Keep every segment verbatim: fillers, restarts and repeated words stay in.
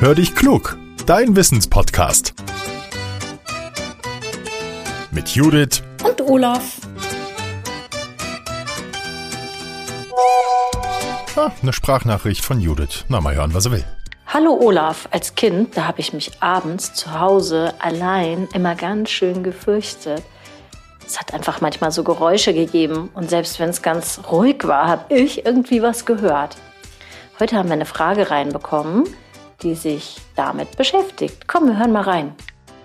Hör dich klug, dein Wissenspodcast. Mit Judith und Olaf. Ah, eine Sprachnachricht von Judith. Na, mal hören, was er will. Hallo Olaf, als Kind, da habe ich mich abends zu Hause allein immer ganz schön gefürchtet. Es hat einfach manchmal so Geräusche gegeben und selbst wenn es ganz ruhig war, habe ich irgendwie was gehört. Heute haben wir eine Frage reinbekommen, die sich damit beschäftigt. Komm, wir hören mal rein.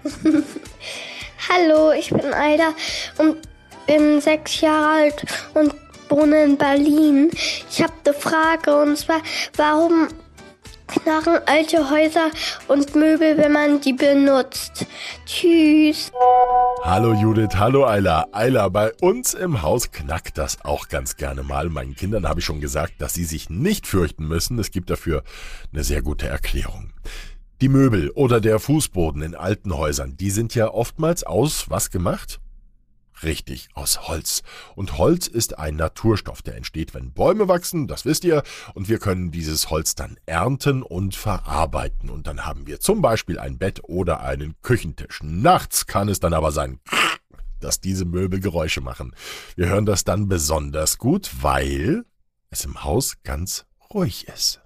Hallo, ich bin Aida und bin sechs Jahre alt und wohne in Berlin. Ich habe eine Frage und zwar, warum knarren alte Häuser und Möbel, wenn man die benutzt? Tschüss. Hallo Judith, hallo Ayla. Ayla, bei uns im Haus knackt das auch ganz gerne mal. Meinen Kindern habe ich schon gesagt, dass sie sich nicht fürchten müssen. Es gibt dafür eine sehr gute Erklärung. Die Möbel oder der Fußboden in alten Häusern, die sind ja oftmals aus was gemacht? Richtig, aus Holz. Und Holz ist ein Naturstoff, der entsteht, wenn Bäume wachsen, das wisst ihr, und wir können dieses Holz dann ernten und verarbeiten. Und dann haben wir zum Beispiel ein Bett oder einen Küchentisch. Nachts kann es dann aber sein, dass diese Möbel Geräusche machen. Wir hören das dann besonders gut, weil es im Haus ganz ruhig ist.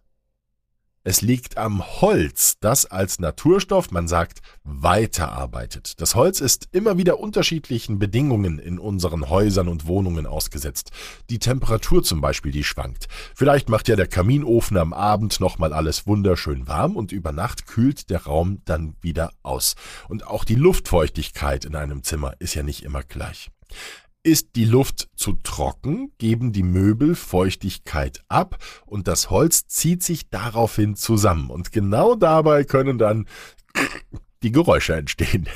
Es liegt am Holz, das als Naturstoff, man sagt, weiterarbeitet. Das Holz ist immer wieder unterschiedlichen Bedingungen in unseren Häusern und Wohnungen ausgesetzt. Die Temperatur zum Beispiel, die schwankt. Vielleicht macht ja der Kaminofen am Abend nochmal alles wunderschön warm und über Nacht kühlt der Raum dann wieder aus. Und auch die Luftfeuchtigkeit in einem Zimmer ist ja nicht immer gleich. Ist die Luft zu trocken, geben die Möbel Feuchtigkeit ab und das Holz zieht sich daraufhin zusammen. Und genau dabei können dann die Geräusche entstehen.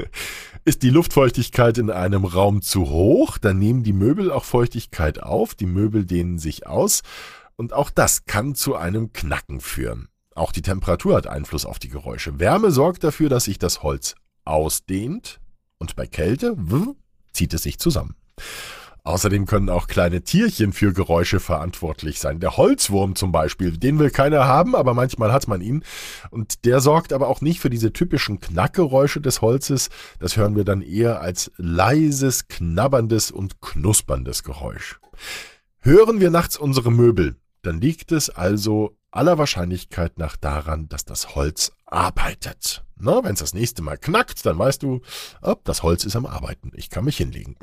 Ist die Luftfeuchtigkeit in einem Raum zu hoch, dann nehmen die Möbel auch Feuchtigkeit auf, die Möbel dehnen sich aus und auch das kann zu einem Knacken führen. Auch die Temperatur hat Einfluss auf die Geräusche. Wärme sorgt dafür, dass sich das Holz ausdehnt und bei Kälte zieht es sich zusammen. Außerdem können auch kleine Tierchen für Geräusche verantwortlich sein. Der Holzwurm zum Beispiel, den will keiner haben, aber manchmal hat man ihn. Und der sorgt aber auch nicht für diese typischen Knackgeräusche des Holzes. Das hören wir dann eher als leises, knabberndes und knusperndes Geräusch. Hören wir nachts unsere Möbel, dann liegt es also aller Wahrscheinlichkeit nach daran, dass das Holz arbeitet. Na, wenn es das nächste Mal knackt, dann weißt du, oh, das Holz ist am Arbeiten. Ich kann mich hinlegen.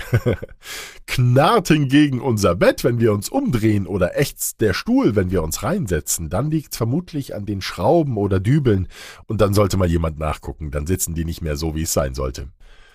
Knarrt hingegen unser Bett, wenn wir uns umdrehen, oder ächzt der Stuhl, wenn wir uns reinsetzen, dann liegt es vermutlich an den Schrauben oder Dübeln. Und dann sollte mal jemand nachgucken, dann sitzen die nicht mehr so, wie es sein sollte.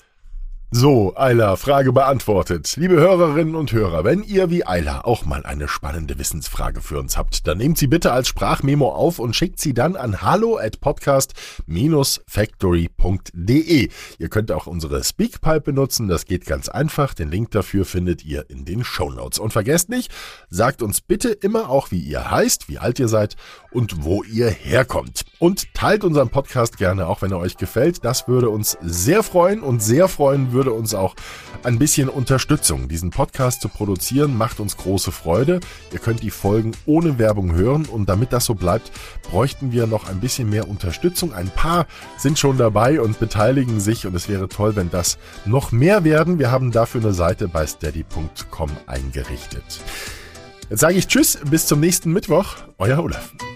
So, Ayla, Frage beantwortet. Liebe Hörerinnen und Hörer, wenn ihr wie Ayla auch mal eine spannende Wissensfrage für uns habt, dann nehmt sie bitte als Sprachmemo auf und schickt sie dann an hallo at podcast dash factory punkt de. Ihr könnt auch unsere Speakpipe benutzen, das geht ganz einfach. Den Link dafür findet ihr in den Shownotes. Und vergesst nicht, sagt uns bitte immer auch, wie ihr heißt, wie alt ihr seid und wo ihr herkommt. Und teilt unseren Podcast gerne, auch wenn er euch gefällt. Das würde uns sehr freuen und sehr freuen würde uns auch ein bisschen Unterstützung. Diesen Podcast zu produzieren macht uns große Freude. Ihr könnt die Folgen ohne Werbung hören und damit das so bleibt, bräuchten wir noch ein bisschen mehr Unterstützung. Ein paar sind schon dabei und beteiligen sich und es wäre toll, wenn das noch mehr werden. Wir haben dafür eine Seite bei steady punkt com eingerichtet. Jetzt sage ich Tschüss, bis zum nächsten Mittwoch. Euer Olaf.